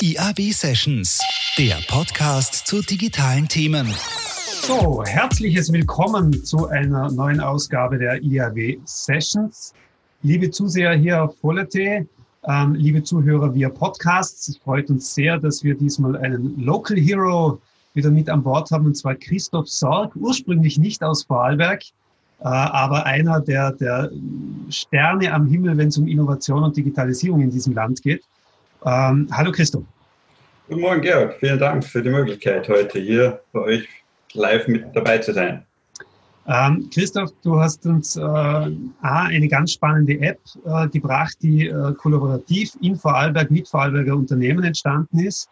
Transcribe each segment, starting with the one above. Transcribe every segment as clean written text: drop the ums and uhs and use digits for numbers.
IAW Sessions, der Podcast zu digitalen Themen. So, herzliches Willkommen zu einer neuen Ausgabe der IAW Sessions. Liebe Zuseher hier auf Voller.t, liebe Zuhörer via Podcasts, es freut uns sehr, dass wir diesmal einen Local Hero wieder mit an Bord haben, und zwar Christoph Sorg, ursprünglich nicht aus Vorarlberg, aber einer der Sterne am Himmel, wenn es um Innovation und Digitalisierung in diesem Land geht. Hallo Christoph. Guten Morgen, Georg. Vielen Dank für die Möglichkeit, heute hier bei euch live mit dabei zu sein. Christoph, du hast uns eine ganz spannende App gebracht, die kollaborativ in Vorarlberg mit Vorarlberger Unternehmen entstanden ist.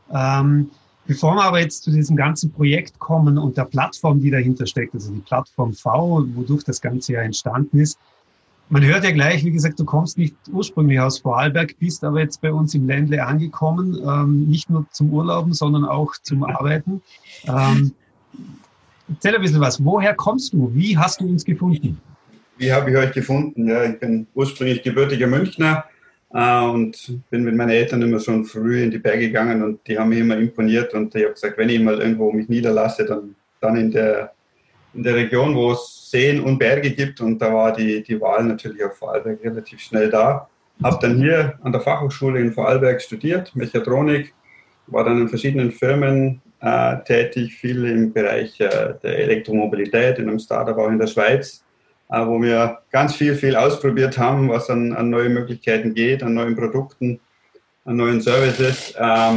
Bevor wir aber jetzt zu diesem ganzen Projekt kommen und der Plattform, die dahinter steckt, also die Plattform V, wodurch das Ganze ja entstanden ist, man hört ja gleich, wie gesagt, du kommst nicht ursprünglich aus Vorarlberg, bist aber jetzt bei uns im Ländle angekommen, nicht nur zum Urlauben, sondern auch zum Arbeiten. Erzähl ein bisschen was. Woher kommst du? Wie hast du uns gefunden? Wie habe ich euch gefunden? Ja, ich bin ursprünglich gebürtiger Münchner und bin mit meinen Eltern immer schon früh in die Berge gegangen und die haben mich immer imponiert und ich habe gesagt, wenn ich mal irgendwo mich niederlasse, dann in der Region, wo es Seen und Berge gibt, und da war die Wahl natürlich auf Vorarlberg relativ schnell da. Habe dann hier an der Fachhochschule in Vorarlberg studiert, Mechatronik, war dann in verschiedenen Firmen tätig, viel im Bereich der Elektromobilität, in einem Startup auch in der Schweiz, wo wir ganz viel ausprobiert haben, was an neue Möglichkeiten geht, an neuen Produkten, an neuen Services,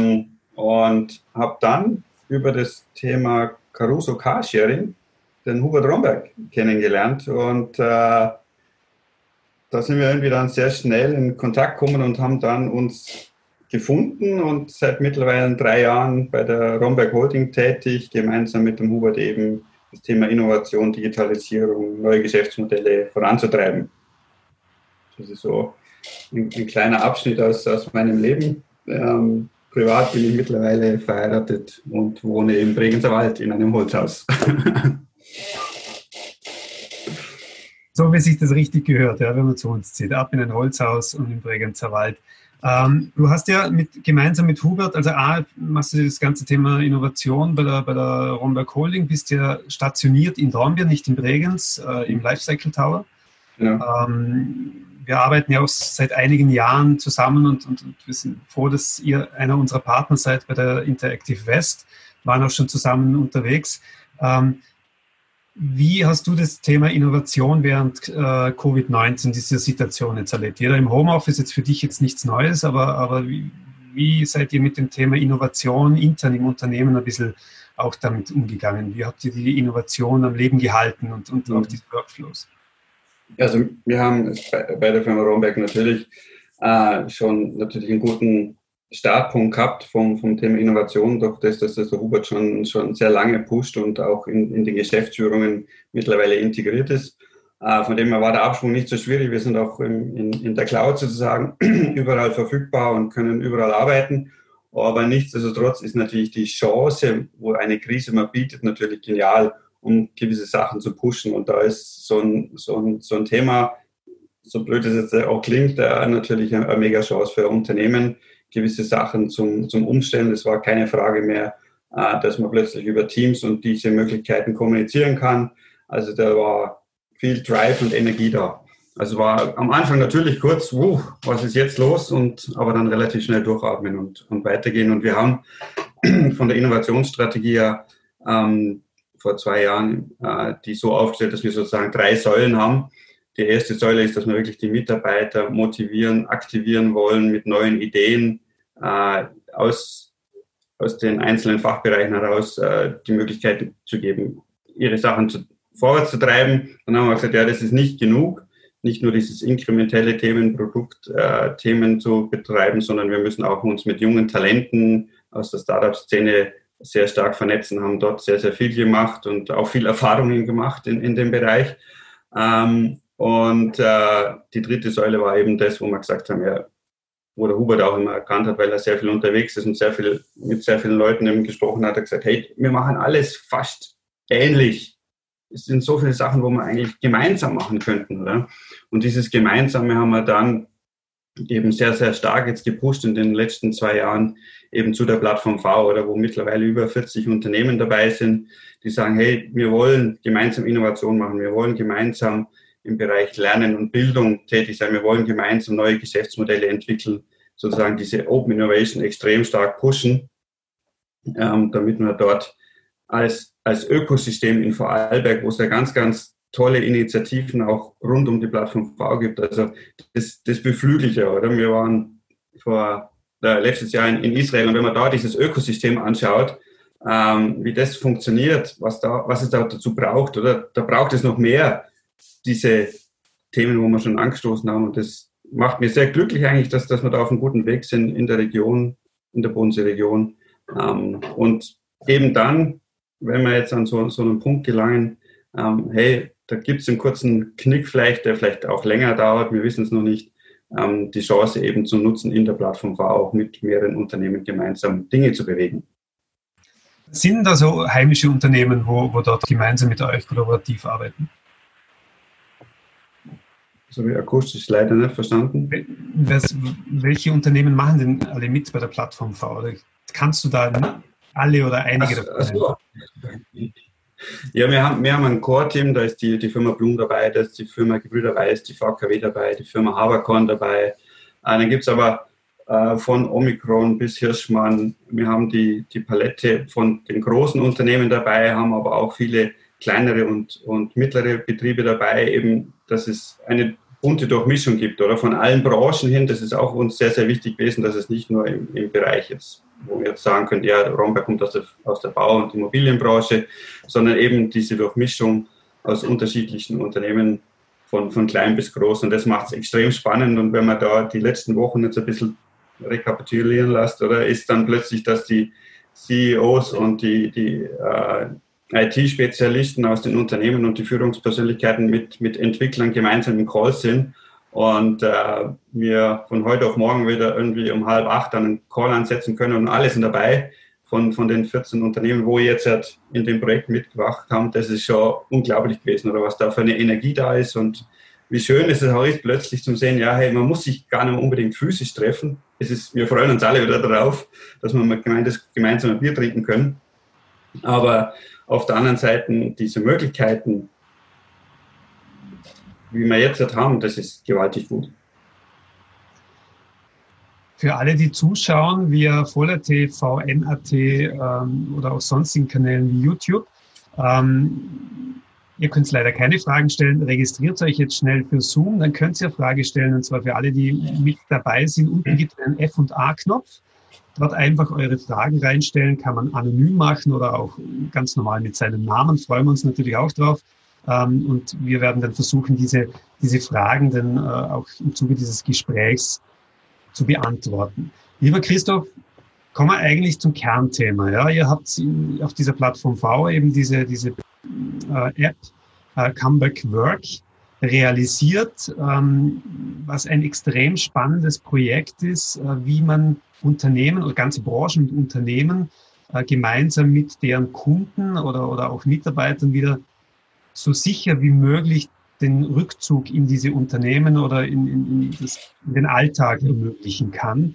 und habe dann über das Thema Caruso Carsharing den Hubert Romberg kennengelernt, und da sind wir irgendwie dann sehr schnell in Kontakt gekommen und haben dann uns gefunden und seit mittlerweile 3 Jahren bei der Romberg Holding tätig, gemeinsam mit dem Hubert eben das Thema Innovation, Digitalisierung, neue Geschäftsmodelle voranzutreiben. Das ist so ein kleiner Abschnitt aus meinem Leben. Privat bin ich mittlerweile verheiratet und wohne im Bregenzer Wald in einem Holzhaus. So wie sich das richtig gehört, ja, wenn man zu uns zieht. Ab in ein Holzhaus und im Bregenzer Wald. Du hast ja gemeinsam mit Hubert, also machst du das ganze Thema Innovation bei der Romberg Holding, bist ja stationiert in Dornbirn, nicht in Bregenz, im Lifecycle Tower. Ja. Wir arbeiten ja auch seit einigen Jahren zusammen und wir sind froh, dass ihr einer unserer Partner seid bei der Interactive West, waren auch schon zusammen unterwegs. Wie hast du das Thema Innovation während Covid-19, diese Situation jetzt erlebt? Jeder im Homeoffice, jetzt für dich jetzt nichts Neues, aber wie seid ihr mit dem Thema Innovation intern im Unternehmen ein bisschen auch damit umgegangen? Wie habt ihr die Innovation am Leben gehalten und auch diese Workflows? Also wir haben bei der Firma Romberg natürlich schon natürlich einen guten Startpunkt gehabt vom Thema Innovation, durch das, dass das der Hubert schon sehr lange pusht und auch in den Geschäftsführungen mittlerweile integriert ist. Von dem her war der Absprung nicht so schwierig. Wir sind auch in der Cloud sozusagen überall verfügbar und können überall arbeiten. Aber nichtsdestotrotz ist natürlich die Chance, wo eine Krise mal bietet, natürlich genial, um gewisse Sachen zu pushen. Und da ist so ein Thema, so blöd es jetzt auch klingt, natürlich eine mega Chance für Unternehmen, gewisse Sachen zum Umstellen. Es war keine Frage mehr, dass man plötzlich über Teams und diese Möglichkeiten kommunizieren kann. Also da war viel Drive und Energie da. Also war am Anfang natürlich kurz, was ist jetzt los? Aber dann relativ schnell durchatmen und weitergehen. Und wir haben von der Innovationsstrategie ja vor 2 Jahren die so aufgestellt, dass wir sozusagen 3 Säulen haben. Die erste Säule ist, dass wir wirklich die Mitarbeiter motivieren, aktivieren wollen mit neuen Ideen, aus den einzelnen Fachbereichen heraus die Möglichkeit zu geben, ihre Sachen vorwärts zu treiben. Dann haben wir gesagt, ja, das ist nicht genug, nicht nur dieses inkrementelle Produktthemen zu betreiben, sondern wir müssen auch uns mit jungen Talenten aus der Startup-Szene sehr stark vernetzen, haben dort sehr, sehr viel gemacht und auch viel Erfahrungen gemacht in dem Bereich. Und die dritte Säule war eben das, wo wir gesagt haben, ja, wo der Hubert auch immer erkannt hat, weil er sehr viel unterwegs ist und mit sehr vielen Leuten eben gesprochen hat, er gesagt, hey, wir machen alles fast ähnlich. Es sind so viele Sachen, wo wir eigentlich gemeinsam machen könnten, oder? Und dieses Gemeinsame haben wir dann eben sehr, sehr stark jetzt gepusht in den letzten 2 Jahren eben zu der Plattform V, oder wo mittlerweile über 40 Unternehmen dabei sind, die sagen, hey, wir wollen gemeinsam Innovation machen, wir wollen gemeinsam im Bereich Lernen und Bildung tätig sein, wir wollen gemeinsam neue Geschäftsmodelle entwickeln, sozusagen diese Open Innovation extrem stark pushen, damit wir dort als Ökosystem in Vorarlberg, wo es ja ganz, ganz tolle Initiativen auch rund um die Plattform V gibt. Also das beflügelt ja, oder? Wir waren letztes Jahr in Israel, und wenn man da dieses Ökosystem anschaut, wie das funktioniert, was es da dazu braucht, oder? Da braucht es noch mehr diese Themen, wo wir schon angestoßen haben, und das macht mir sehr glücklich eigentlich, dass wir da auf einem guten Weg sind in der Region, in der Bodenseeregion. Und eben dann, wenn wir jetzt an so einen Punkt gelangen, hey, da gibt es einen kurzen Knick vielleicht, der vielleicht auch länger dauert, wir wissen es noch nicht, die Chance eben zu nutzen, in der Plattform V auch mit mehreren Unternehmen gemeinsam Dinge zu bewegen. Sind da so heimische Unternehmen, wo dort gemeinsam mit euch kollaborativ arbeiten? Das habe ich akustisch leider nicht verstanden. Welche Unternehmen machen denn alle mit bei der Plattform V? Oder kannst du da alle oder einige davon? Ja, wir haben ein Core-Team, da ist die Firma Blum dabei, da ist die Firma Gebrüder Weiß, die VKW dabei, die Firma Haberkorn dabei. Dann gibt es aber von Omikron bis Hirschmann, wir haben die Palette von den großen Unternehmen dabei, haben aber auch viele kleinere und mittlere Betriebe dabei, eben, dass es eine bunte Durchmischung gibt, oder von allen Branchen hin. Das ist auch uns sehr, sehr wichtig gewesen, dass es nicht nur im Bereich jetzt, wo wir jetzt sagen können, ja, der Romberg kommt aus der Bau- und Immobilienbranche, sondern eben diese Durchmischung aus unterschiedlichen Unternehmen von klein bis groß. Und das macht es extrem spannend. Und wenn man da die letzten Wochen jetzt ein bisschen rekapitulieren lässt, oder, ist dann plötzlich, dass die CEOs und die IT-Spezialisten aus den Unternehmen und die Führungspersönlichkeiten mit Entwicklern gemeinsam im Call sind und wir von heute auf morgen wieder irgendwie um 7:30 einen Call ansetzen können, und alle sind dabei von den 14 Unternehmen, wo jetzt in dem Projekt mitgemacht haben. Das ist schon unglaublich gewesen, oder was da für eine Energie da ist, und wie schön es auch ist, plötzlich zu sehen, ja, hey, man muss sich gar nicht mehr unbedingt physisch treffen. Wir freuen uns alle wieder darauf, dass wir gemeinsam ein Bier trinken können. Aber auf der anderen Seite diese Möglichkeiten, wie wir jetzt haben, das ist gewaltig gut. Für alle, die zuschauen via Voller TV, NAT oder auf sonstigen Kanälen wie YouTube, ihr könnt leider keine Fragen stellen. Registriert euch jetzt schnell für Zoom, dann könnt ihr eine Frage stellen, und zwar für alle, die mit dabei sind. Unten gibt es einen F&A-Knopf. Dort einfach eure Fragen reinstellen, kann man anonym machen oder auch ganz normal mit seinem Namen. Freuen wir uns natürlich auch drauf. Und wir werden dann versuchen, diese Fragen dann auch im Zuge dieses Gesprächs zu beantworten. Lieber Christoph, kommen wir eigentlich zum Kernthema. Ja, ihr habt auf dieser Plattform V eben diese App Comeback Work realisiert, was ein extrem spannendes Projekt ist, wie man Unternehmen oder ganze Branchen und Unternehmen gemeinsam mit deren Kunden oder auch Mitarbeitern wieder so sicher wie möglich den Rückzug in diese Unternehmen oder in den Alltag ermöglichen kann.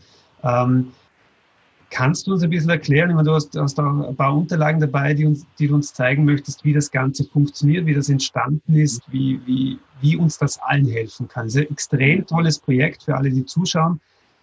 Kannst du uns ein bisschen erklären, ich meine, du hast da ein paar Unterlagen dabei, die du uns zeigen möchtest, wie das Ganze funktioniert, wie das entstanden ist, wie uns das allen helfen kann. Es ist ein extrem tolles Projekt für alle, die zuschauen,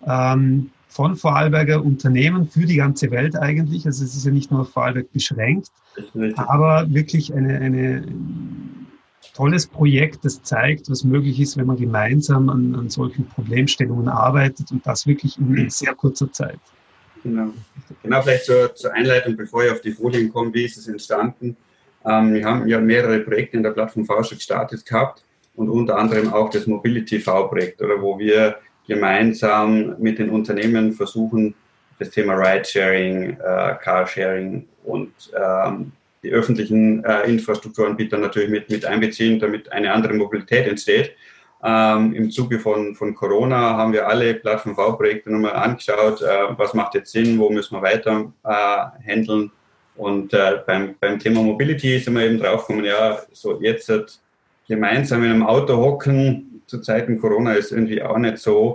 von Vorarlberger Unternehmen für die ganze Welt eigentlich. Also es ist ja nicht nur auf Vorarlberg beschränkt, aber wirklich ein tolles Projekt, das zeigt, was möglich ist, wenn man gemeinsam an solchen Problemstellungen arbeitet, und das wirklich in sehr kurzer Zeit. Genau, vielleicht zur Einleitung, bevor ich auf die Folien komme, wie ist es entstanden? Wir haben ja mehrere Projekte in der Plattform V schon gestartet gehabt, und unter anderem auch das Mobility V-Projekt, oder wo wir gemeinsam mit den Unternehmen versuchen, das Thema Ridesharing, Carsharing und die öffentlichen Infrastrukturanbieter natürlich mit einbeziehen, damit eine andere Mobilität entsteht. Im Zuge von Corona haben wir alle Plattform V-Projekte nochmal angeschaut, was macht jetzt Sinn, wo müssen wir weiter handeln. Und beim Thema Mobility sind wir eben draufgekommen, ja, so jetzt gemeinsam in einem Auto hocken zu Zeiten Corona ist irgendwie auch nicht so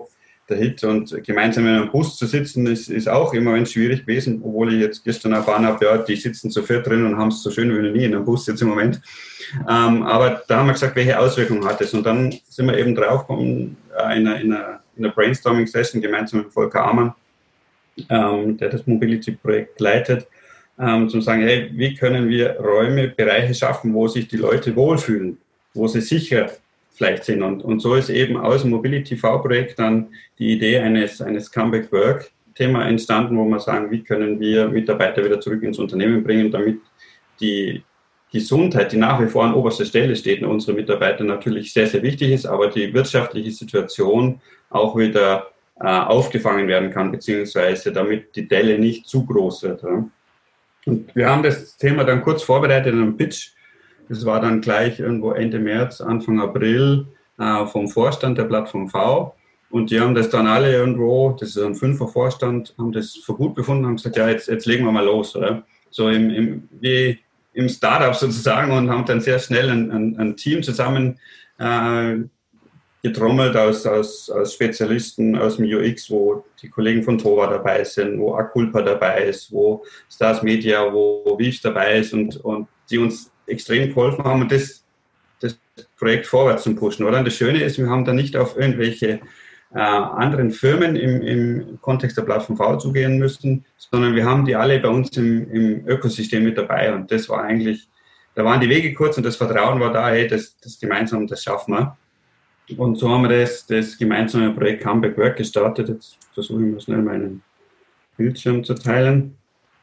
der Hit. Und gemeinsam in einem Bus zu sitzen, ist auch immer schwierig gewesen, obwohl ich jetzt gestern erfahren habe, ja, die sitzen zu viert drin und haben es so schön wie noch nie in einem Bus jetzt im Moment. Aber da haben wir gesagt, welche Auswirkungen hat es? Und dann sind wir eben draufgekommen in einer Brainstorming-Session gemeinsam mit Volker Amann, der das Mobility-Projekt leitet, zu sagen, hey, wie können wir Räume, Bereiche schaffen, wo sich die Leute wohlfühlen, wo sie sicher vielleicht sind. Und so ist eben aus dem Mobility-TV-Projekt dann die Idee eines Comeback-Work-Thema entstanden, wo wir sagen, wie können wir Mitarbeiter wieder zurück ins Unternehmen bringen, damit die Gesundheit, die nach wie vor an oberster Stelle steht, und unsere Mitarbeiter natürlich sehr, sehr wichtig ist, aber die wirtschaftliche Situation auch wieder aufgefangen werden kann, beziehungsweise damit die Delle nicht zu groß wird. Ja. Und wir haben das Thema dann kurz vorbereitet in einem Pitch. Das war dann gleich irgendwo Ende März, Anfang April vom Vorstand der Plattform V. Und die haben das dann alle irgendwo, das ist ein 5er Vorstand, haben das für gut befunden, haben gesagt, ja, jetzt legen wir mal los, oder? So wie im Startup sozusagen, und haben dann sehr schnell ein Team zusammen getrommelt aus Spezialisten aus dem UX, wo die Kollegen von Tova dabei sind, wo Aculpa dabei ist, wo Stars Media, wo Vives dabei ist und die uns extrem geholfen haben, und das Projekt vorwärts zu pushen. Oder? Und das Schöne ist, wir haben da nicht auf irgendwelche anderen Firmen im Kontext der Plattform V zugehen müssen, sondern wir haben die alle bei uns im Ökosystem mit dabei, und das war eigentlich, da waren die Wege kurz und das Vertrauen war da, hey, das gemeinsam, das schaffen wir. Und so haben wir das gemeinsame Projekt Comeback Work gestartet. Jetzt versuche ich mal schnell meinen Bildschirm zu teilen.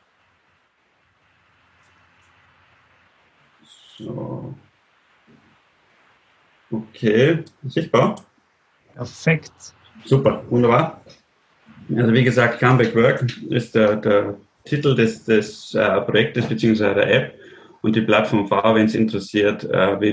So. Okay, sichtbar? Perfekt. Super, wunderbar. Also wie gesagt, Comeback Work ist der Titel des Projektes bzw. der App, und die Plattform V, wenn es interessiert,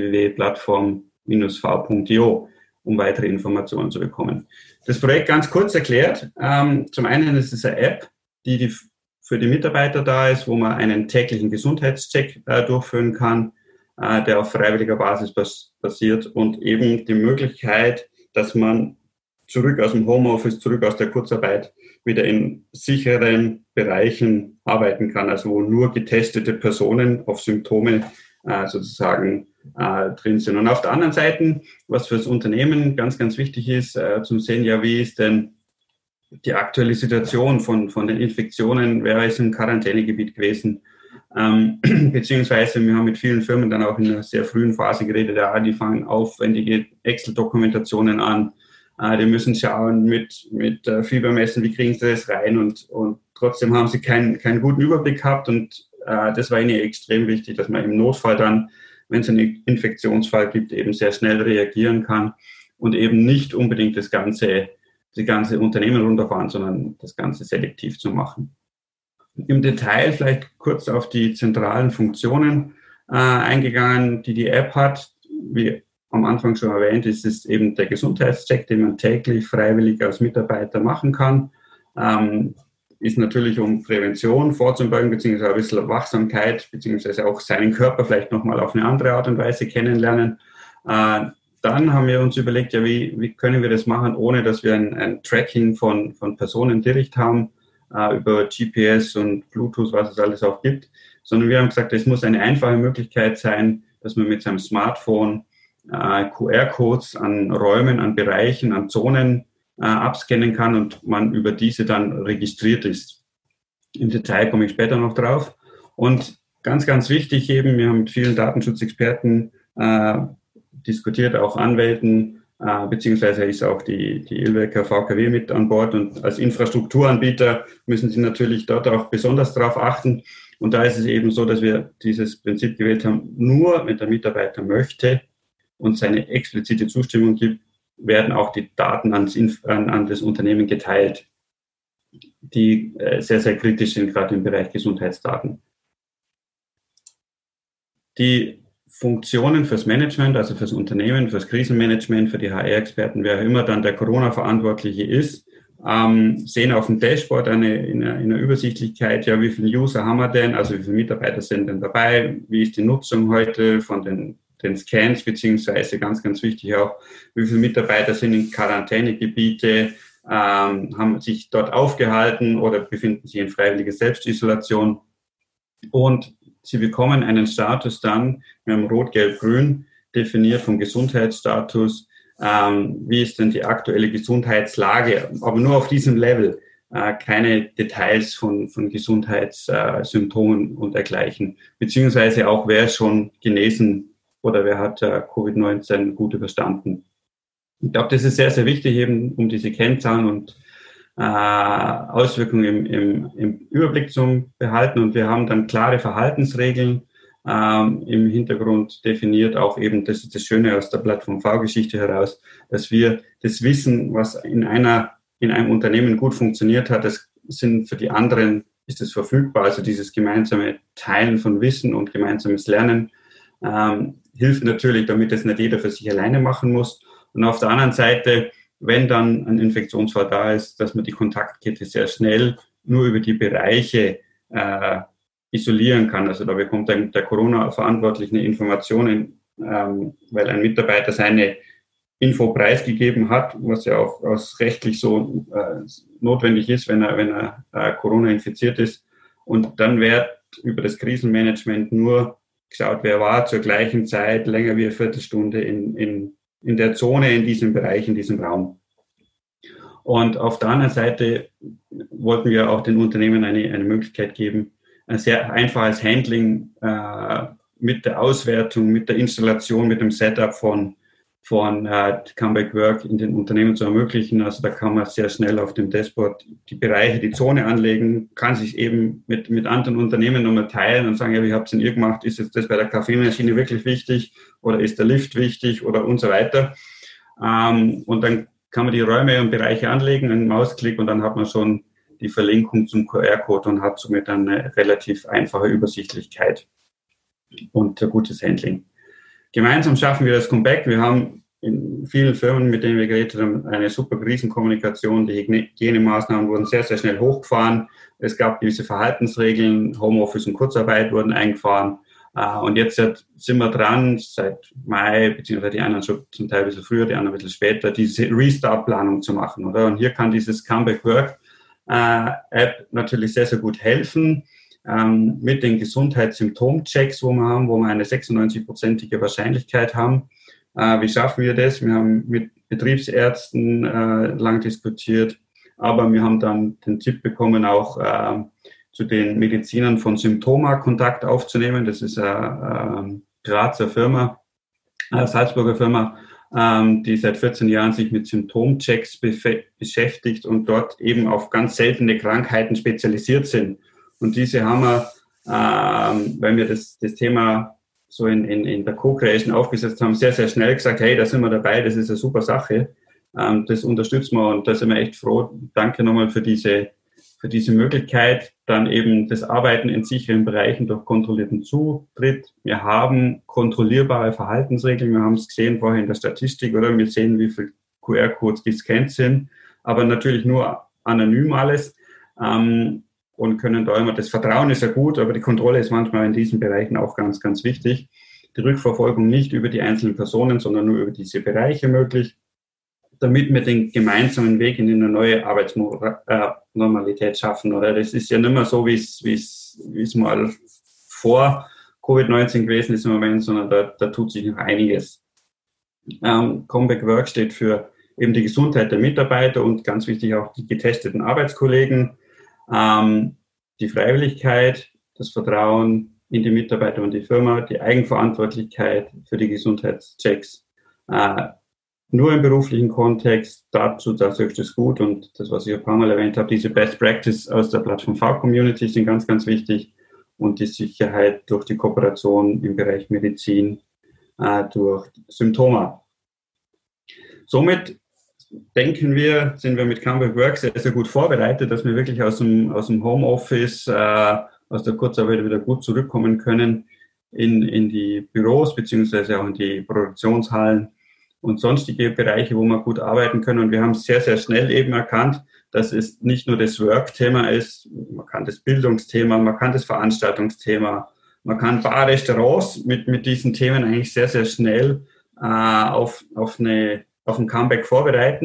www.plattform-v.io, um weitere Informationen zu bekommen. Das Projekt ganz kurz erklärt. Zum einen ist es eine App, die für die Mitarbeiter da ist, wo man einen täglichen Gesundheitscheck durchführen kann, der auf freiwilliger Basis basiert, und eben die Möglichkeit, dass man zurück aus dem Homeoffice, zurück aus der Kurzarbeit wieder in sicheren Bereichen arbeiten kann, also wo nur getestete Personen auf Symptome sozusagen drin sind. Und auf der anderen Seite, was für das Unternehmen ganz, ganz wichtig ist, zum sehen, ja, wie ist denn die aktuelle Situation von den Infektionen, wer ist im Quarantänegebiet gewesen, beziehungsweise wir haben mit vielen Firmen dann auch in einer sehr frühen Phase geredet, ja, die fangen aufwendige Excel-Dokumentationen an, die müssen schauen mit Fiebermessen, wie kriegen sie das rein, und trotzdem haben sie keinen guten Überblick gehabt, und das war ihnen extrem wichtig, dass man im Notfall dann, wenn es einen Infektionsfall gibt, eben sehr schnell reagieren kann und eben nicht unbedingt die ganze Unternehmen runterfahren, sondern das Ganze selektiv zu machen. Im Detail vielleicht kurz auf die zentralen Funktionen eingegangen, die App hat. Wie am Anfang schon erwähnt, ist es eben der Gesundheitscheck, den man täglich freiwillig als Mitarbeiter machen kann. Ist natürlich, um Prävention vorzubeugen, beziehungsweise ein bisschen Wachsamkeit, beziehungsweise auch seinen Körper vielleicht nochmal auf eine andere Art und Weise kennenlernen. Dann haben wir uns überlegt, ja, wie können wir das machen, ohne dass wir ein Tracking von Personen direkt haben, über GPS und Bluetooth, was es alles auch gibt, sondern wir haben gesagt, es muss eine einfache Möglichkeit sein, dass man mit seinem Smartphone QR-Codes an Räumen, an Bereichen, an Zonen abscannen kann und man über diese dann registriert ist. Im Detail komme ich später noch drauf. Und ganz, ganz wichtig eben, wir haben mit vielen Datenschutzexperten diskutiert, auch Anwälten, beziehungsweise ist auch die Ilwerker VKW mit an Bord, und als Infrastrukturanbieter müssen sie natürlich dort auch besonders darauf achten. Und da ist es eben so, dass wir dieses Prinzip gewählt haben, nur wenn der Mitarbeiter möchte und seine explizite Zustimmung gibt, werden auch die Daten an das Unternehmen geteilt, die sehr, sehr kritisch sind, gerade im Bereich Gesundheitsdaten. Die Funktionen fürs Management, also fürs Unternehmen, fürs Krisenmanagement, für die HR-Experten, wer immer dann der Corona-Verantwortliche ist, sehen auf dem Dashboard in einer Übersichtlichkeit, ja, wie viele User haben wir denn, also wie viele Mitarbeiter sind denn dabei, wie ist die Nutzung heute von den Scans, beziehungsweise ganz, ganz wichtig auch, wie viele Mitarbeiter sind in Quarantänegebiete, haben sich dort aufgehalten oder befinden sich in freiwilliger Selbstisolation. Und sie bekommen einen Status dann, wir haben Rot, Gelb, Grün definiert vom Gesundheitsstatus. Wie ist denn die aktuelle Gesundheitslage? Aber nur auf diesem Level. Keine Details von Gesundheitssymptomen und dergleichen. Beziehungsweise auch, wer ist schon genesen oder wer hat Covid-19 gut überstanden. Ich glaube, das ist sehr, sehr wichtig, eben um diese Kennzahlen und Auswirkungen im Überblick zu behalten. Und wir haben dann klare Verhaltensregeln im Hintergrund definiert. Auch eben, das ist das Schöne aus der Plattform V-Geschichte heraus, dass wir das Wissen, was in einem Unternehmen gut funktioniert hat, das sind für die anderen, ist es verfügbar. Also dieses gemeinsame Teilen von Wissen und gemeinsames Lernen hilft natürlich, damit es nicht jeder für sich alleine machen muss. Und auf der anderen Seite, wenn dann ein Infektionsfall da ist, dass man die Kontaktkette sehr schnell nur über die Bereiche isolieren kann. Also da bekommt dann der Corona-Verantwortliche eine Information, weil ein Mitarbeiter seine Info preisgegeben hat, was ja auch aus rechtlich so notwendig ist, wenn er Corona infiziert ist. Und dann wird über das Krisenmanagement nur geschaut, wer war zur gleichen Zeit länger wie eine Viertelstunde in der Zone, in diesem Bereich, in diesem Raum. Und auf der anderen Seite wollten wir auch den Unternehmen eine Möglichkeit geben, ein sehr einfaches Handling mit der Auswertung, mit der Installation, mit dem Setup von Comeback Work in den Unternehmen zu ermöglichen. Also da kann man sehr schnell auf dem Dashboard die Bereiche, die Zone anlegen, kann sich eben mit anderen Unternehmen nochmal teilen und sagen, ja, wie habt ihr gemacht? Ist jetzt das bei der Kaffeemaschine wirklich wichtig oder ist der Lift wichtig oder und so weiter? Und dann kann man die Räume und Bereiche anlegen, einen Mausklick und dann hat man schon die Verlinkung zum QR-Code und hat somit eine relativ einfache Übersichtlichkeit und ein gutes Handling. Gemeinsam schaffen wir das Comeback. Wir haben in vielen Firmen, mit denen wir geredet haben, eine super Krisenkommunikation. Die Hygienemaßnahmen wurden sehr, sehr schnell hochgefahren. Es gab gewisse Verhaltensregeln, Homeoffice und Kurzarbeit wurden eingefahren. Und jetzt sind wir dran, seit Mai, beziehungsweise die einen schon zum Teil ein bisschen früher, die anderen ein bisschen später, diese Restart-Planung zu machen. Oder? Und hier kann dieses Comeback Work App natürlich sehr, sehr gut helfen. Mit den Gesundheitssymptomchecks, wo wir eine 96-prozentige Wahrscheinlichkeit haben. Wie schaffen wir das? Wir haben mit Betriebsärzten lang diskutiert, aber wir haben dann den Tipp bekommen, auch zu den Medizinern von Symptoma Kontakt aufzunehmen. Das ist eine Grazer Firma, eine Salzburger Firma, die seit 14 Jahren sich mit Symptomchecks beschäftigt und dort eben auf ganz seltene Krankheiten spezialisiert sind. Und diese haben wir, weil wir das Thema so in der Co-Creation aufgesetzt haben, sehr, sehr schnell gesagt, hey, da sind wir dabei, das ist eine super Sache, das unterstützen wir und da sind wir echt froh. Danke nochmal für diese Möglichkeit, dann eben das Arbeiten in sicheren Bereichen durch kontrollierten Zutritt. Wir haben kontrollierbare Verhaltensregeln, wir haben es gesehen vorher in der Statistik, oder? Wir sehen, wie viele QR-Codes gescannt sind, aber natürlich nur anonym alles. Und können da immer, das Vertrauen ist ja gut, aber die Kontrolle ist manchmal in diesen Bereichen auch ganz, ganz wichtig. Die Rückverfolgung nicht über die einzelnen Personen, sondern nur über diese Bereiche möglich, damit wir den gemeinsamen Weg in eine neue Arbeitsnormalität schaffen. Oder das ist ja nicht mehr so, wie es mal vor Covid-19 gewesen ist im Moment, sondern da tut sich noch einiges. Comeback Work steht für eben die Gesundheit der Mitarbeiter und ganz wichtig auch die getesteten Arbeitskollegen. Die Freiwilligkeit, das Vertrauen in die Mitarbeiter und die Firma, die Eigenverantwortlichkeit für die Gesundheitschecks. Nur im beruflichen Kontext, dazu ist es gut und das, was ich ein paar Mal erwähnt habe, diese Best Practice aus der Plattform V-Community sind ganz, ganz wichtig und die Sicherheit durch die Kooperation im Bereich Medizin, durch Symptoma. Somit sind wir mit Comeback Work sehr, sehr gut vorbereitet, dass wir wirklich aus dem Homeoffice, aus der Kurzarbeit wieder gut zurückkommen können in die Büros beziehungsweise auch in die Produktionshallen und sonstige Bereiche, wo wir gut arbeiten können. Und wir haben sehr, sehr schnell eben erkannt, dass es nicht nur das Work-Thema ist, man kann das Bildungsthema, man kann das Veranstaltungsthema, man kann Bar, Restaurants mit diesen Themen eigentlich sehr, sehr schnell auf ein Comeback vorbereiten.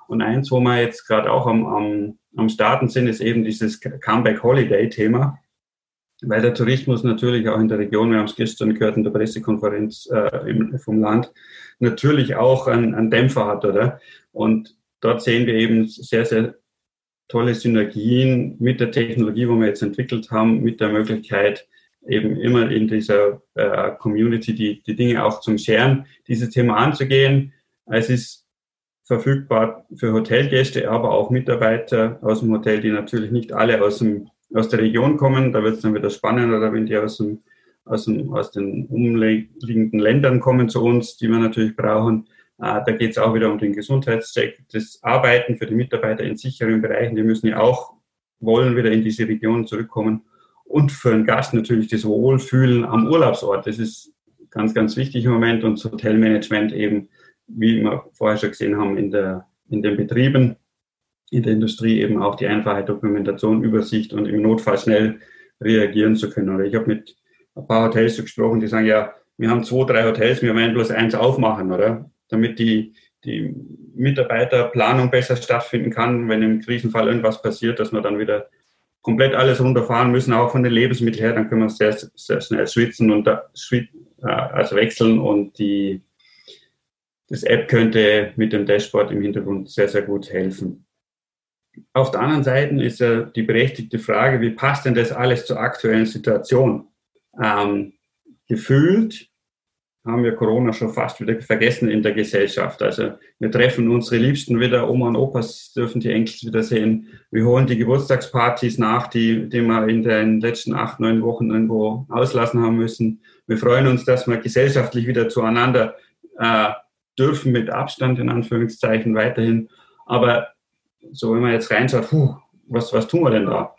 Und eins, wo wir jetzt gerade auch am Starten sind, ist eben dieses Comeback-Holiday-Thema, weil der Tourismus natürlich auch in der Region, wir haben es gestern gehört in der Pressekonferenz vom Land, natürlich auch einen Dämpfer hat, oder? Und dort sehen wir eben sehr, sehr tolle Synergien mit der Technologie, wo wir jetzt entwickelt haben, mit der Möglichkeit, eben immer in dieser Community die Dinge auch zum Sharen, dieses Thema anzugehen. Es ist verfügbar für Hotelgäste, aber auch Mitarbeiter aus dem Hotel, die natürlich nicht alle aus der Region kommen. Da wird es dann wieder spannender, wenn die aus den umliegenden Ländern kommen zu uns, die wir natürlich brauchen. Da geht es auch wieder um den Gesundheitscheck, das Arbeiten für die Mitarbeiter in sicheren Bereichen. Die müssen ja auch wollen wieder in diese Region zurückkommen. Und für den Gast natürlich das Wohlfühlen am Urlaubsort. Das ist ganz, ganz wichtig im Moment. Und das Hotelmanagement eben, wie wir vorher schon gesehen haben, in den Betrieben, in der Industrie eben auch die Einfachheit, Dokumentation, Übersicht und im Notfall schnell reagieren zu können. Oder ich habe mit ein paar Hotels gesprochen, die sagen, ja, wir haben 2, 3 Hotels, wir werden bloß 1 aufmachen, oder? Damit die Mitarbeiterplanung besser stattfinden kann, wenn im Krisenfall irgendwas passiert, dass wir dann wieder komplett alles runterfahren müssen, auch von den Lebensmitteln her, dann können wir sehr, sehr schnell switchen und also wechseln und das App könnte mit dem Dashboard im Hintergrund sehr, sehr gut helfen. Auf der anderen Seite ist ja die berechtigte Frage, wie passt denn das alles zur aktuellen Situation? Gefühlt haben wir Corona schon fast wieder vergessen in der Gesellschaft. Also wir treffen unsere Liebsten wieder, Oma und Opas dürfen die Enkel wieder sehen. Wir holen die Geburtstagspartys nach, die wir in den letzten 8, 9 Wochen irgendwo auslassen haben müssen. Wir freuen uns, dass wir gesellschaftlich wieder zueinander dürfen, mit Abstand in Anführungszeichen weiterhin. Aber so, wenn man jetzt reinschaut, was tun wir denn da?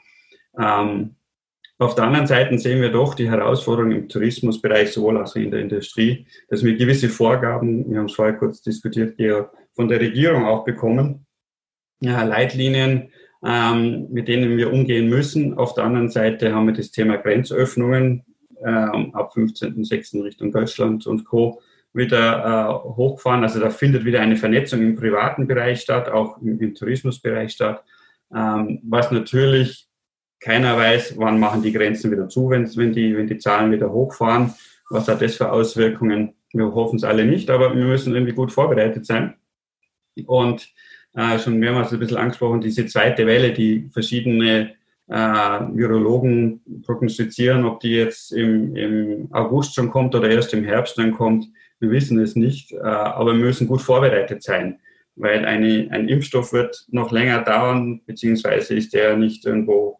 Auf der anderen Seite sehen wir doch die Herausforderung im Tourismusbereich, sowohl als auch in der Industrie, dass wir gewisse Vorgaben, wir haben es vorher kurz diskutiert, Georg, von der Regierung auch bekommen, Leitlinien, mit denen wir umgehen müssen. Auf der anderen Seite haben wir das Thema Grenzöffnungen ab 15.06. Richtung Deutschland und Co. wieder hochgefahren. Also da findet wieder eine Vernetzung im privaten Bereich statt, auch im Tourismusbereich statt, was natürlich keiner weiß, wann machen die Grenzen wieder zu, wenn die Zahlen wieder hochfahren. Was hat das für Auswirkungen? Wir hoffen es alle nicht, aber wir müssen irgendwie gut vorbereitet sein. Und schon mehrmals ein bisschen angesprochen, diese zweite Welle, die verschiedene Virologen prognostizieren, ob die jetzt im August schon kommt oder erst im Herbst dann kommt. Wir wissen es nicht, aber wir müssen gut vorbereitet sein, weil ein Impfstoff wird noch länger dauern, beziehungsweise ist der nicht irgendwo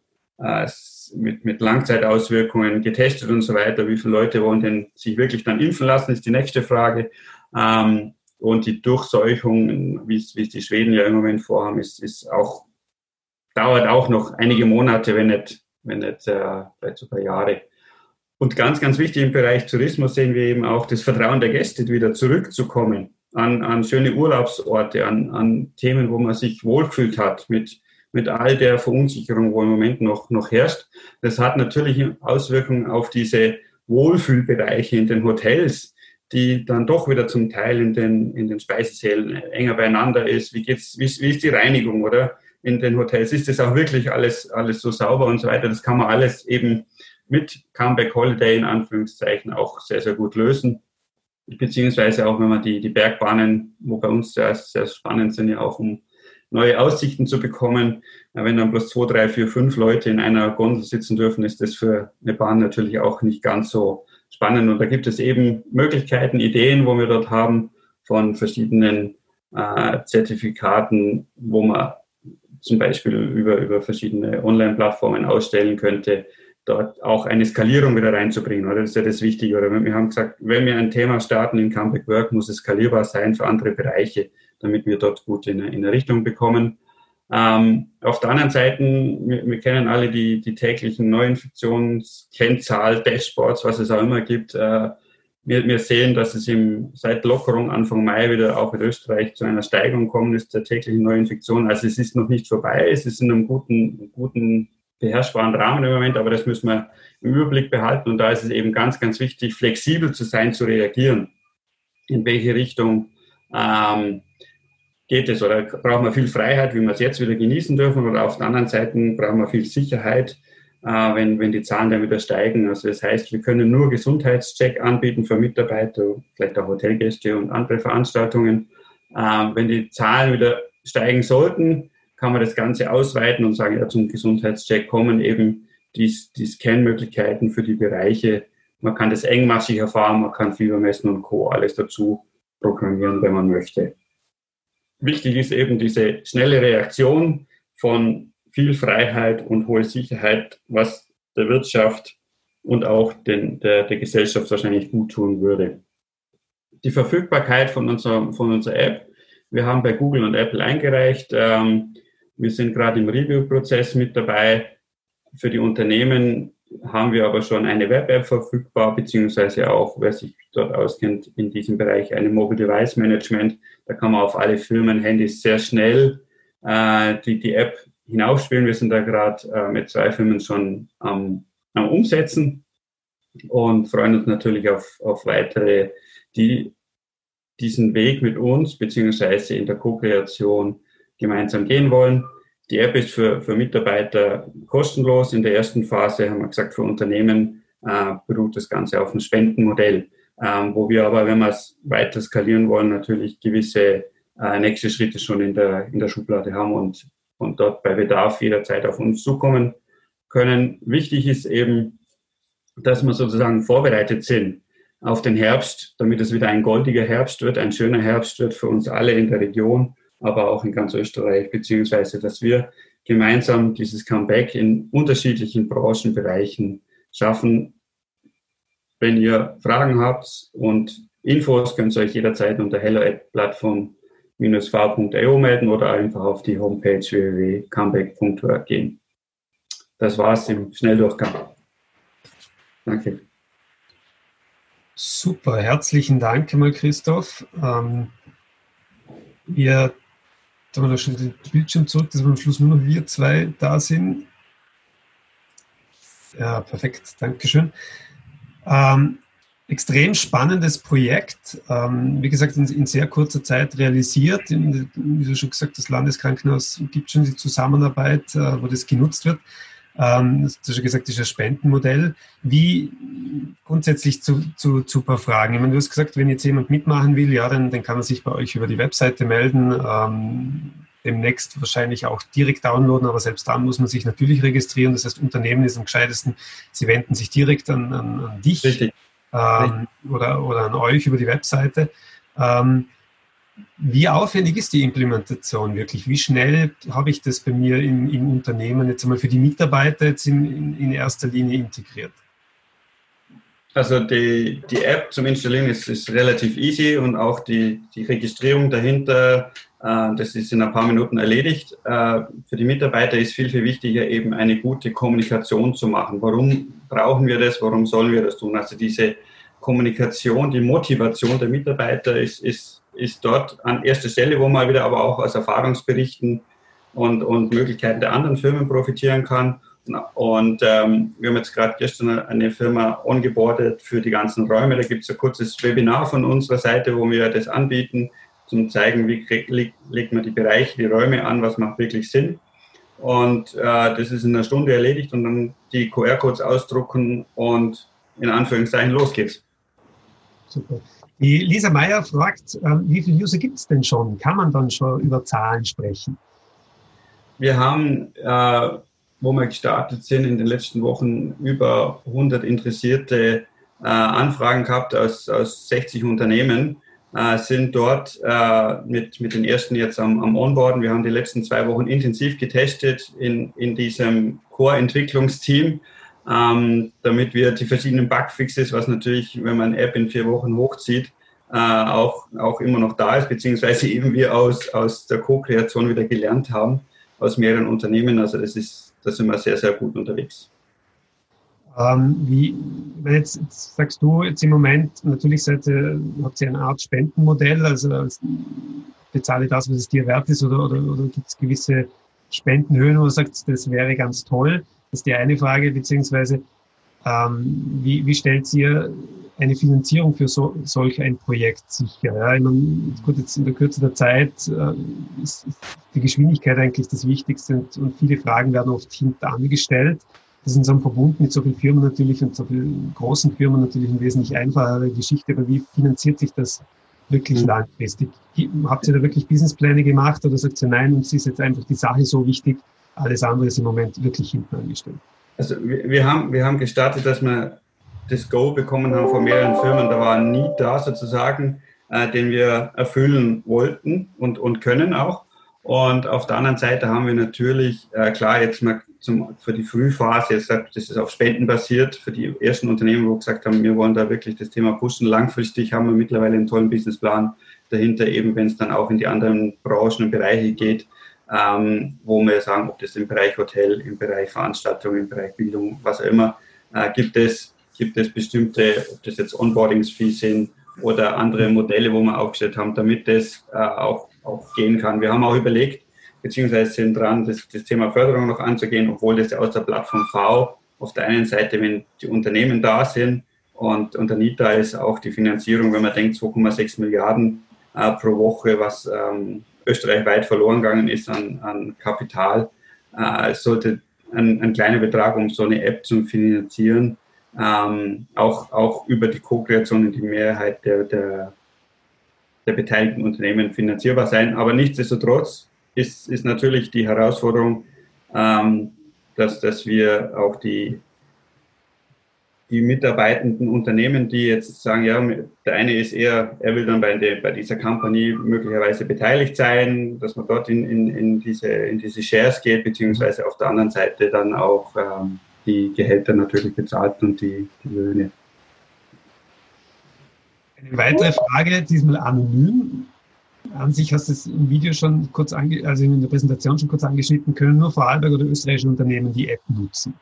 mit Langzeitauswirkungen getestet und so weiter. Wie viele Leute wollen denn sich wirklich dann impfen lassen, ist die nächste Frage. Und die Durchseuchung, wie es die Schweden ja im Moment vorhaben, dauert auch noch einige Monate, wenn nicht vielleicht sogar Jahre. Und ganz, ganz wichtig im Bereich Tourismus sehen wir eben auch das Vertrauen der Gäste, wieder zurückzukommen an schöne Urlaubsorte, an Themen, wo man sich wohlgefühlt hat, mit all der Verunsicherung, wo im Moment noch herrscht. Das hat natürlich Auswirkungen auf diese Wohlfühlbereiche in den Hotels, die dann doch wieder zum Teil in den Speisesälen enger beieinander ist. Wie ist die Reinigung, oder? In den Hotels ist das auch wirklich alles so sauber und so weiter. Das kann man alles eben mit Comeback Holiday in Anführungszeichen auch sehr, sehr gut lösen. Beziehungsweise auch, wenn man die Bergbahnen, wo bei uns sehr, sehr spannend sind, ja auch um neue Aussichten zu bekommen. Wenn dann bloß 2, 3, 4, 5 Leute in einer Gondel sitzen dürfen, ist das für eine Bahn natürlich auch nicht ganz so spannend. Und da gibt es eben Möglichkeiten, Ideen, wo wir dort haben, von verschiedenen Zertifikaten, wo man zum Beispiel über verschiedene Online-Plattformen ausstellen könnte, dort auch eine Skalierung wieder reinzubringen. Oder? Das ist ja das Wichtige. Oder wir haben gesagt, wenn wir ein Thema starten in Comeback Work, muss es skalierbar sein für andere Bereiche, damit wir dort gut in eine Richtung bekommen. Auf der anderen Seite, wir kennen alle die täglichen Neuinfektionskennzahl, Dashboards, was es auch immer gibt. Wir sehen, dass es seit Lockerung Anfang Mai wieder auch in Österreich zu einer Steigerung kommen ist der täglichen Neuinfektionen. Also es ist noch nicht vorbei, es ist in einem guten beherrschbaren Rahmen im Moment, aber das müssen wir im Überblick behalten. Und da ist es eben ganz, ganz wichtig, flexibel zu sein, zu reagieren. In welche Richtung geht es oder brauchen wir viel Freiheit, wie wir es jetzt wieder genießen dürfen, oder auf der anderen Seite brauchen wir viel Sicherheit, wenn die Zahlen dann wieder steigen. Also das heißt, wir können nur Gesundheitscheck anbieten für Mitarbeiter, vielleicht auch Hotelgäste und andere Veranstaltungen. Wenn die Zahlen wieder steigen sollten, kann man das Ganze ausweiten und sagen, ja, zum Gesundheitscheck kommen eben die Scan-Möglichkeiten für die Bereiche. Man kann das engmaschig erfahren, man kann Fieber messen und Co. alles dazu programmieren, wenn man möchte. Wichtig ist eben diese schnelle Reaktion von viel Freiheit und hohe Sicherheit, was der Wirtschaft und auch der Gesellschaft wahrscheinlich gut tun würde. Die Verfügbarkeit von unserer App, wir haben bei Google und Apple eingereicht. Wir sind gerade im Review-Prozess mit dabei. Für die Unternehmen haben wir aber schon eine Web-App verfügbar, beziehungsweise auch, wer sich dort auskennt, in diesem Bereich eine Mobile Device Management. Da kann man auf alle Firmenhandys sehr schnell die App hinaufspielen. Wir sind da gerade mit 2 Firmen schon am Umsetzen und freuen uns natürlich auf weitere, die diesen Weg mit uns, beziehungsweise in der Co-Kreation gemeinsam gehen wollen. Die App ist für Mitarbeiter kostenlos. In der ersten Phase haben wir gesagt, für Unternehmen beruht das Ganze auf einem Spendenmodell, wo wir aber, wenn wir es weiter skalieren wollen, natürlich gewisse nächste Schritte schon in der Schublade haben und dort bei Bedarf jederzeit auf uns zukommen können. Wichtig ist eben, dass wir sozusagen vorbereitet sind auf den Herbst, damit es wieder ein goldiger Herbst wird, ein schöner Herbst wird für uns alle in der Region, aber auch in ganz Österreich, beziehungsweise dass wir gemeinsam dieses Comeback in unterschiedlichen Branchenbereichen schaffen. Wenn ihr Fragen habt und Infos, könnt ihr euch jederzeit unter hello@plattform-v.io melden oder einfach auf die Homepage www.comeback.work gehen. Das war's im Schnelldurchgang. Danke. Super, herzlichen Dank einmal, Christoph. Wir haben da schon den Bildschirm zurück, dass am Schluss nur noch wir zwei da sind. Ja, perfekt, Dankeschön. Extrem spannendes Projekt, wie gesagt, in sehr kurzer Zeit realisiert. Wie du schon gesagt hast, das Landeskrankenhaus gibt schon die Zusammenarbeit, wo das genutzt wird. Du hast schon gesagt, das ist ein Spendenmodell. Wie grundsätzlich zu ein paar Fragen. Ich meine, du hast gesagt, wenn jetzt jemand mitmachen will, ja, dann kann er sich bei euch über die Webseite melden. Demnächst wahrscheinlich auch direkt downloaden, aber selbst dann muss man sich natürlich registrieren. Das heißt, Unternehmen ist am gescheitesten, sie wenden sich direkt an dich oder an euch über die Webseite. Wie aufwendig ist die Implementation wirklich? Wie schnell habe ich das bei mir im Unternehmen jetzt einmal für die Mitarbeiter jetzt in erster Linie integriert? Also die App zum Installieren ist relativ easy und auch die Registrierung dahinter, das ist in ein paar Minuten erledigt. Für die Mitarbeiter ist viel, viel wichtiger, eben eine gute Kommunikation zu machen. Warum brauchen wir das? Warum sollen wir das tun? Also diese Kommunikation, die Motivation der Mitarbeiter ist dort an erster Stelle, wo man wieder aber auch aus Erfahrungsberichten und Möglichkeiten der anderen Firmen profitieren kann. Und wir haben jetzt gerade gestern eine Firma ongeboardet für die ganzen Räume. Da gibt es ein kurzes Webinar von unserer Seite, wo wir das anbieten, zum zeigen, wie legt man die Bereiche, die Räume an, was macht wirklich Sinn. Und das ist in einer Stunde erledigt und dann die QR-Codes ausdrucken und in Anführungszeichen los geht's. Super. Die Lisa Meyer fragt, wie viele User gibt es denn schon? Kann man dann schon über Zahlen sprechen? Wir haben, wo wir gestartet sind, in den letzten Wochen über 100 interessierte Anfragen gehabt aus 60 Unternehmen, sind dort mit den ersten jetzt am Onboarden. Wir haben die letzten 2 Wochen intensiv getestet in diesem Core-Entwicklungsteam, damit wir die verschiedenen Bugfixes, was natürlich, wenn man eine App in 4 Wochen hochzieht, auch immer noch da ist, beziehungsweise eben wir aus der Co-Kreation wieder gelernt haben, aus mehreren Unternehmen. Also da sind wir sehr, sehr gut unterwegs. Jetzt sagst du jetzt im Moment, natürlich habt ihr eine Art Spendenmodell, also bezahle das, was es dir wert ist, oder gibt es gewisse Spendenhöhen, wo du sagst, das wäre ganz toll? Das ist die eine Frage, beziehungsweise Wie stellt ihr eine Finanzierung für solch ein Projekt sicher? Ja, ich meine, gut, jetzt in der Kürze der Zeit ist die Geschwindigkeit eigentlich das Wichtigste und viele Fragen werden oft hintan gestellt. Das ist in so einem Verbund mit so vielen Firmen natürlich und so vielen großen Firmen natürlich eine wesentlich einfachere Geschichte. Aber wie finanziert sich das wirklich langfristig? Habt ihr da wirklich Businesspläne gemacht oder sagt ihr nein, uns ist jetzt einfach die Sache so wichtig, alles andere ist im Moment wirklich hinten angestellt? Also wir haben gestartet, dass wir das Go bekommen haben von mehreren Firmen. Da war ein Need da sozusagen, den wir erfüllen wollten und können auch. Und auf der anderen Seite haben wir natürlich, klar, jetzt mal für die Frühphase, jetzt das ist auf Spenden basiert, für die ersten Unternehmen, wo wir gesagt haben, wir wollen da wirklich das Thema pushen. Langfristig haben wir mittlerweile einen tollen Businessplan dahinter, eben wenn es dann auch in die anderen Branchen und Bereiche geht, wo wir sagen, ob das im Bereich Hotel, im Bereich Veranstaltungen, im Bereich Bildung, was auch immer, gibt es bestimmte, ob das jetzt Onboardings-Fees sind oder andere Modelle, wo wir aufgestellt haben, damit das auch gehen kann. Wir haben auch überlegt, beziehungsweise sind dran, das Thema Förderung noch anzugehen, obwohl das ja aus der Plattform V auf der einen Seite, wenn die Unternehmen da sind und der Need da ist, auch die Finanzierung, wenn man denkt, 2,6 Milliarden pro Woche, was österreichweit verloren gegangen ist an Kapital, sollte ein kleiner Betrag, um so eine App zu finanzieren, auch über die Co-Kreation in die Mehrheit der beteiligten Unternehmen finanzierbar sein. Aber nichtsdestotrotz ist natürlich die Herausforderung, dass wir auch die mitarbeitenden Unternehmen, die jetzt sagen, ja, der eine ist eher, er will dann bei dieser Company möglicherweise beteiligt sein, dass man dort in diese Shares geht, beziehungsweise auf der anderen Seite dann auch die Gehälter natürlich bezahlt und die Löhne. Eine weitere Frage, diesmal anonym. An sich hast du es im Video schon kurz also in der Präsentation schon kurz angeschnitten, können nur Vorarlberg oder österreichische Unternehmen die App nutzen?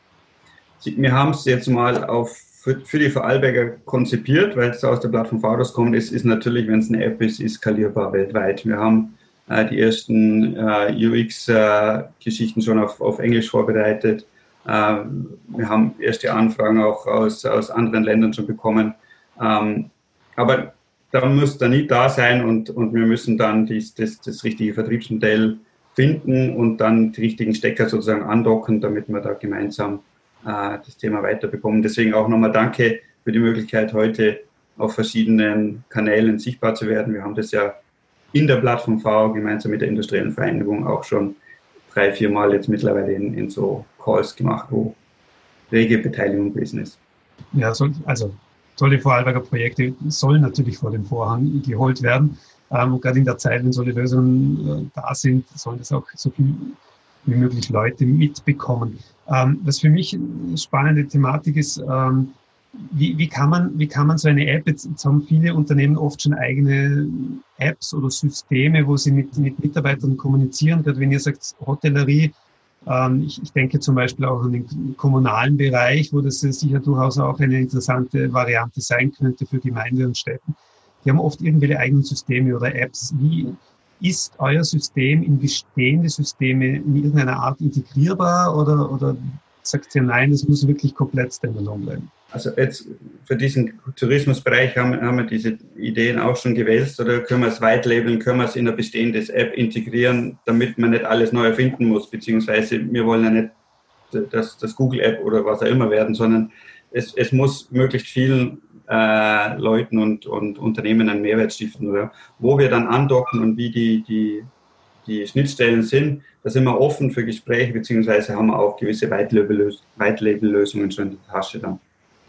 Wir haben es jetzt mal für die Vorarlberger konzipiert, weil es aus der Plattform V kommt, ist natürlich, wenn es eine App ist skalierbar weltweit. Wir haben die ersten UX-Geschichten schon auf Englisch vorbereitet. Wir haben erste Anfragen auch aus anderen Ländern schon bekommen. Aber da muss der Need da sein und wir müssen dann das richtige Vertriebsmodell finden und dann die richtigen Stecker sozusagen andocken, damit wir da gemeinsam das Thema weiterbekommen. Deswegen auch nochmal danke für die Möglichkeit, heute auf verschiedenen Kanälen sichtbar zu werden. Wir haben das ja in der Plattform V gemeinsam mit der industriellen Vereinigung auch schon 3-4 Mal jetzt mittlerweile in so Calls gemacht, wo rege Beteiligung gewesen ist. Ja, also tolle Vorarlberger Projekte sollen natürlich vor den Vorhang geholt werden. Und gerade in der Zeit, wenn solche Lösungen da sind, sollen das auch so viel wie möglich Leute mitbekommen. Was für mich eine spannende Thematik ist, wie kann man so eine App, jetzt haben viele Unternehmen oft schon eigene Apps oder Systeme, wo sie mit Mitarbeitern kommunizieren, gerade wenn ihr sagt Hotellerie, ich denke zum Beispiel auch an den kommunalen Bereich, wo das sicher durchaus auch eine interessante Variante sein könnte für Gemeinden und Städten. Die haben oft irgendwelche eigenen Systeme oder Apps. Wie ist euer System in bestehende Systeme in irgendeiner Art integrierbar oder sagt ihr nein, es muss wirklich komplett standalone bleiben? Also jetzt für diesen Tourismusbereich haben wir diese Ideen auch schon gewälzt oder können wir es white-labeln, können wir es in eine bestehende App integrieren, damit man nicht alles neu erfinden muss, beziehungsweise wir wollen ja nicht das Google-App oder was auch immer werden, sondern es muss möglichst vielen Leuten und Unternehmen einen Mehrwert stiften, oder? Wo wir dann andocken und wie die Schnittstellen sind, da sind wir offen für Gespräche, beziehungsweise haben wir auch gewisse White-Label-Lösungen schon in der Tasche dann.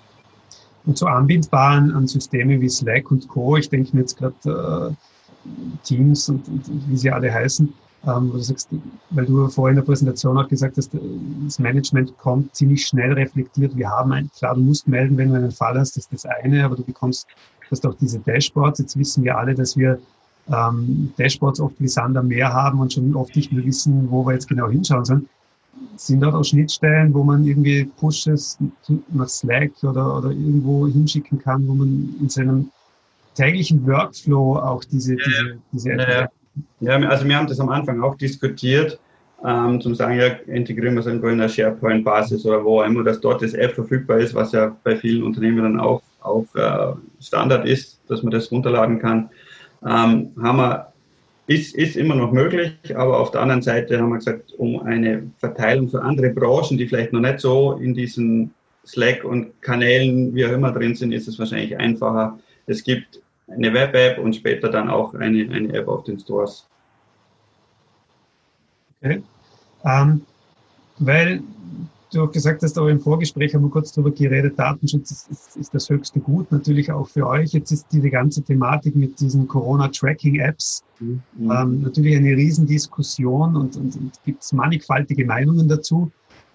Und so anbindbar an Systeme wie Slack und Co., ich denke mir jetzt gerade Teams und wie sie alle heißen, wo du sagst, weil du vorhin in der Präsentation auch gesagt hast, das Management kommt ziemlich schnell reflektiert. Wir haben klar, du musst melden, wenn du einen Fall hast, das ist das eine, aber du hast auch diese Dashboards. Jetzt wissen wir alle, dass wir Dashboards oft wie Sand am Meer haben und schon oft nicht mehr wissen, wo wir jetzt genau hinschauen sollen. Sind dort auch Schnittstellen, wo man irgendwie Pushes nach Slack oder irgendwo hinschicken kann, wo man in seinem täglichen Workflow auch diese Ja, also wir haben das am Anfang auch diskutiert. zum sagen, ja, integrieren wir es irgendwo in einer SharePoint-Basis oder wo immer, dass dort das App verfügbar ist, was ja bei vielen Unternehmen dann auch Standard ist, dass man das runterladen kann, ist immer noch möglich, aber auf der anderen Seite haben wir gesagt, um eine Verteilung für andere Branchen, die vielleicht noch nicht so in diesen Slack und Kanälen, wie auch immer drin sind, ist es wahrscheinlich einfacher. Es gibt eine Web-App und später dann auch eine App auf den Stores. Okay. Weil du auch gesagt hast, aber im Vorgespräch haben wir kurz darüber geredet, Datenschutz ist das höchste Gut, natürlich auch für euch. Jetzt ist diese ganze Thematik mit diesen Corona-Tracking-Apps natürlich eine Riesendiskussion und gibt es mannigfaltige Meinungen dazu.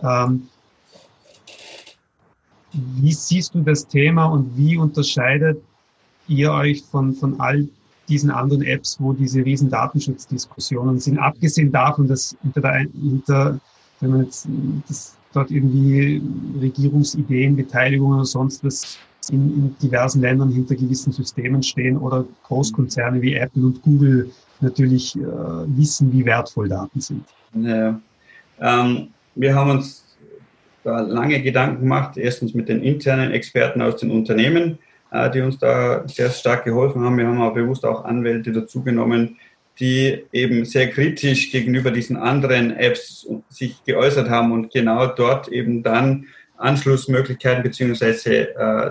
Wie siehst du das Thema und wie unterscheidet ihr euch von all diesen anderen Apps, wo diese riesen Datenschutzdiskussionen sind, abgesehen davon, dass wenn man jetzt dort irgendwie Regierungsideen, Beteiligungen oder sonst was in diversen Ländern hinter gewissen Systemen stehen oder Großkonzerne wie Apple und Google natürlich wissen, wie wertvoll Daten sind. Ja. Wir haben uns da lange Gedanken gemacht, erstens mit den internen Experten aus den Unternehmen, die uns da sehr stark geholfen haben. Wir haben aber bewusst auch Anwälte dazugenommen, die eben sehr kritisch gegenüber diesen anderen Apps sich geäußert haben und genau dort eben dann Anschlussmöglichkeiten bzw.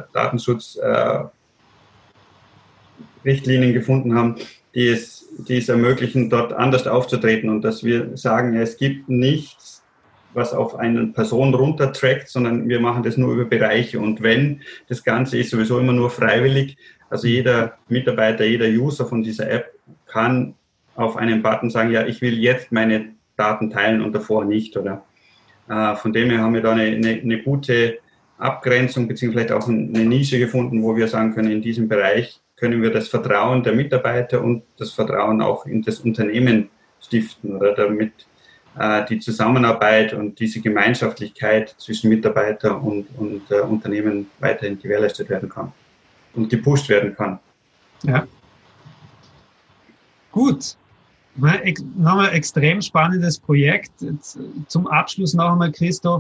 Datenschutzrichtlinien gefunden haben, die es ermöglichen, dort anders aufzutreten und dass wir sagen, es gibt nichts, was auf eine Person runtertrackt, sondern wir machen das nur über Bereiche und wenn, das Ganze ist sowieso immer nur freiwillig, also jeder Mitarbeiter, jeder User von dieser App kann auf einen Button sagen, ja, ich will jetzt meine Daten teilen und davor nicht, oder? Von dem her haben wir da eine gute Abgrenzung beziehungsweise vielleicht auch eine Nische gefunden, wo wir sagen können, in diesem Bereich können wir das Vertrauen der Mitarbeiter und das Vertrauen auch in das Unternehmen stiften, oder damit die Zusammenarbeit und diese Gemeinschaftlichkeit zwischen Mitarbeiter und Unternehmen weiterhin gewährleistet werden kann und gepusht werden kann. Ja. Gut. Nochmal extrem spannendes Projekt. Jetzt zum Abschluss noch einmal, Christoph,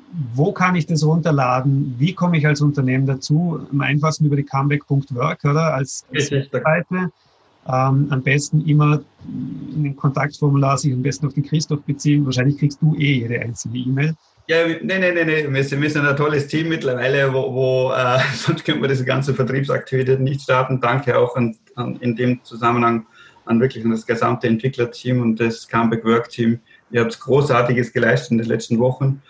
wo kann ich das runterladen? Wie komme ich als Unternehmen dazu? Am einfachsten über die comeback.work, oder? Als Seite. Am besten immer in den Kontaktformular sich am besten auf den Christoph beziehen. Wahrscheinlich kriegst du jede einzelne E-Mail. Ja, nee. Wir sind ein tolles Team mittlerweile, wo sonst könnte man diese ganze Vertriebsaktivität nicht starten. Danke auch in dem Zusammenhang an das gesamte Entwicklerteam und das Comeback-Work-Team. Ihr habt Großartiges geleistet in den letzten Wochen.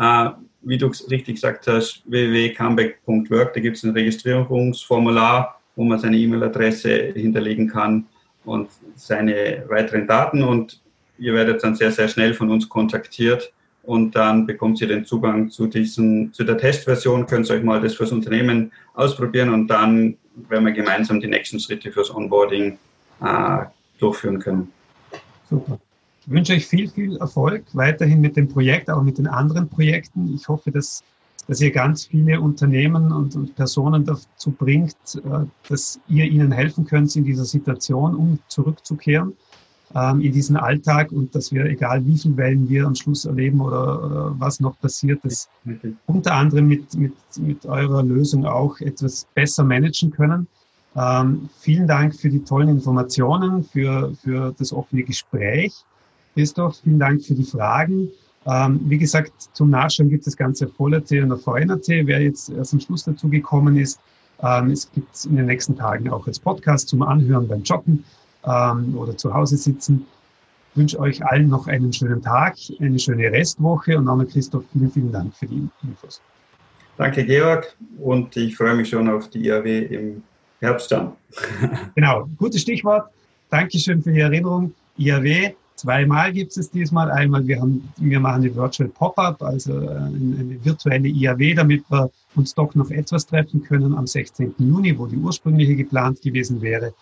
Wie du richtig gesagt hast, www.comeback.work, da gibt es ein Registrierungsformular, wo man seine E-Mail-Adresse hinterlegen kann und seine weiteren Daten und ihr werdet dann sehr, sehr schnell von uns kontaktiert und dann bekommt ihr den Zugang zu der Testversion, könnt ihr euch mal das fürs Unternehmen ausprobieren und dann werden wir gemeinsam die nächsten Schritte fürs Onboarding durchführen können. Super. Ich wünsche euch viel, viel Erfolg weiterhin mit dem Projekt, auch mit den anderen Projekten. Ich hoffe, dass ihr ganz viele Unternehmen und Personen dazu bringt, dass ihr ihnen helfen könnt, in dieser Situation, um zurückzukehren in diesen Alltag und dass wir, egal wie viele Wellen wir am Schluss erleben oder was noch passiert, dass unter anderem mit eurer Lösung auch etwas besser managen können. Vielen Dank für die tollen Informationen, für das offene Gespräch. Christoph, vielen Dank für die Fragen. Wie gesagt, zum Nachschauen gibt es das Ganze auf Voll.at und auf VN.at. Wer jetzt erst am Schluss dazu gekommen ist, es gibt es in den nächsten Tagen auch als Podcast zum Anhören beim Joggen oder zu Hause sitzen. Ich wünsche euch allen noch einen schönen Tag, eine schöne Restwoche und nochmal Christoph, vielen, vielen Dank für die Infos. Danke, Georg, und ich freue mich schon auf die IAW im Herbst dann. Genau, gutes Stichwort. Dankeschön für die Erinnerung. IAW, zweimal gibt es diesmal. Einmal, wir machen die Virtual Pop-Up, also eine virtuelle IAW, damit wir uns doch noch etwas treffen können am 16. Juni, wo die ursprüngliche geplant gewesen wäre.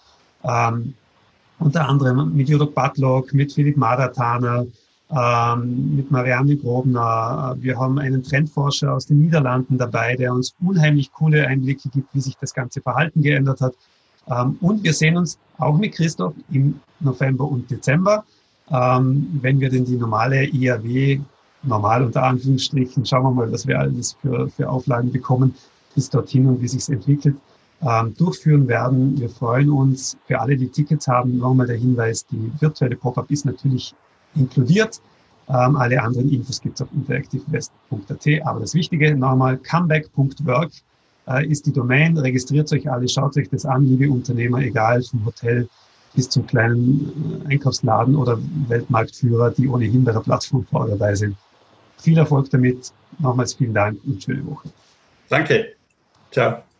Unter anderem mit Judok Batlock, mit Philipp Madatana, mit Marianne Grobner. Wir haben einen Trendforscher aus den Niederlanden dabei, der uns unheimlich coole Einblicke gibt, wie sich das ganze Verhalten geändert hat. Und wir sehen uns auch mit Christoph im November und Dezember. wenn wir denn die normale IAW, normal unter Anführungsstrichen, schauen wir mal, was wir alles für Auflagen bekommen, bis dorthin und wie sich es entwickelt, durchführen werden. Wir freuen uns für alle, die Tickets haben. Nochmal der Hinweis, die virtuelle Pop-Up ist natürlich inkludiert. Alle anderen Infos gibt es auf interactivewest.at. Aber das Wichtige, nochmal, comeback.work ist die Domain. Registriert euch alle, schaut euch das an, liebe Unternehmer, egal vom Hotel bis zum kleinen Einkaufsladen oder Weltmarktführer, die ohnehin bei der Plattform vorher dabei sind. Viel Erfolg damit. Nochmals vielen Dank und schöne Woche. Danke. Ciao.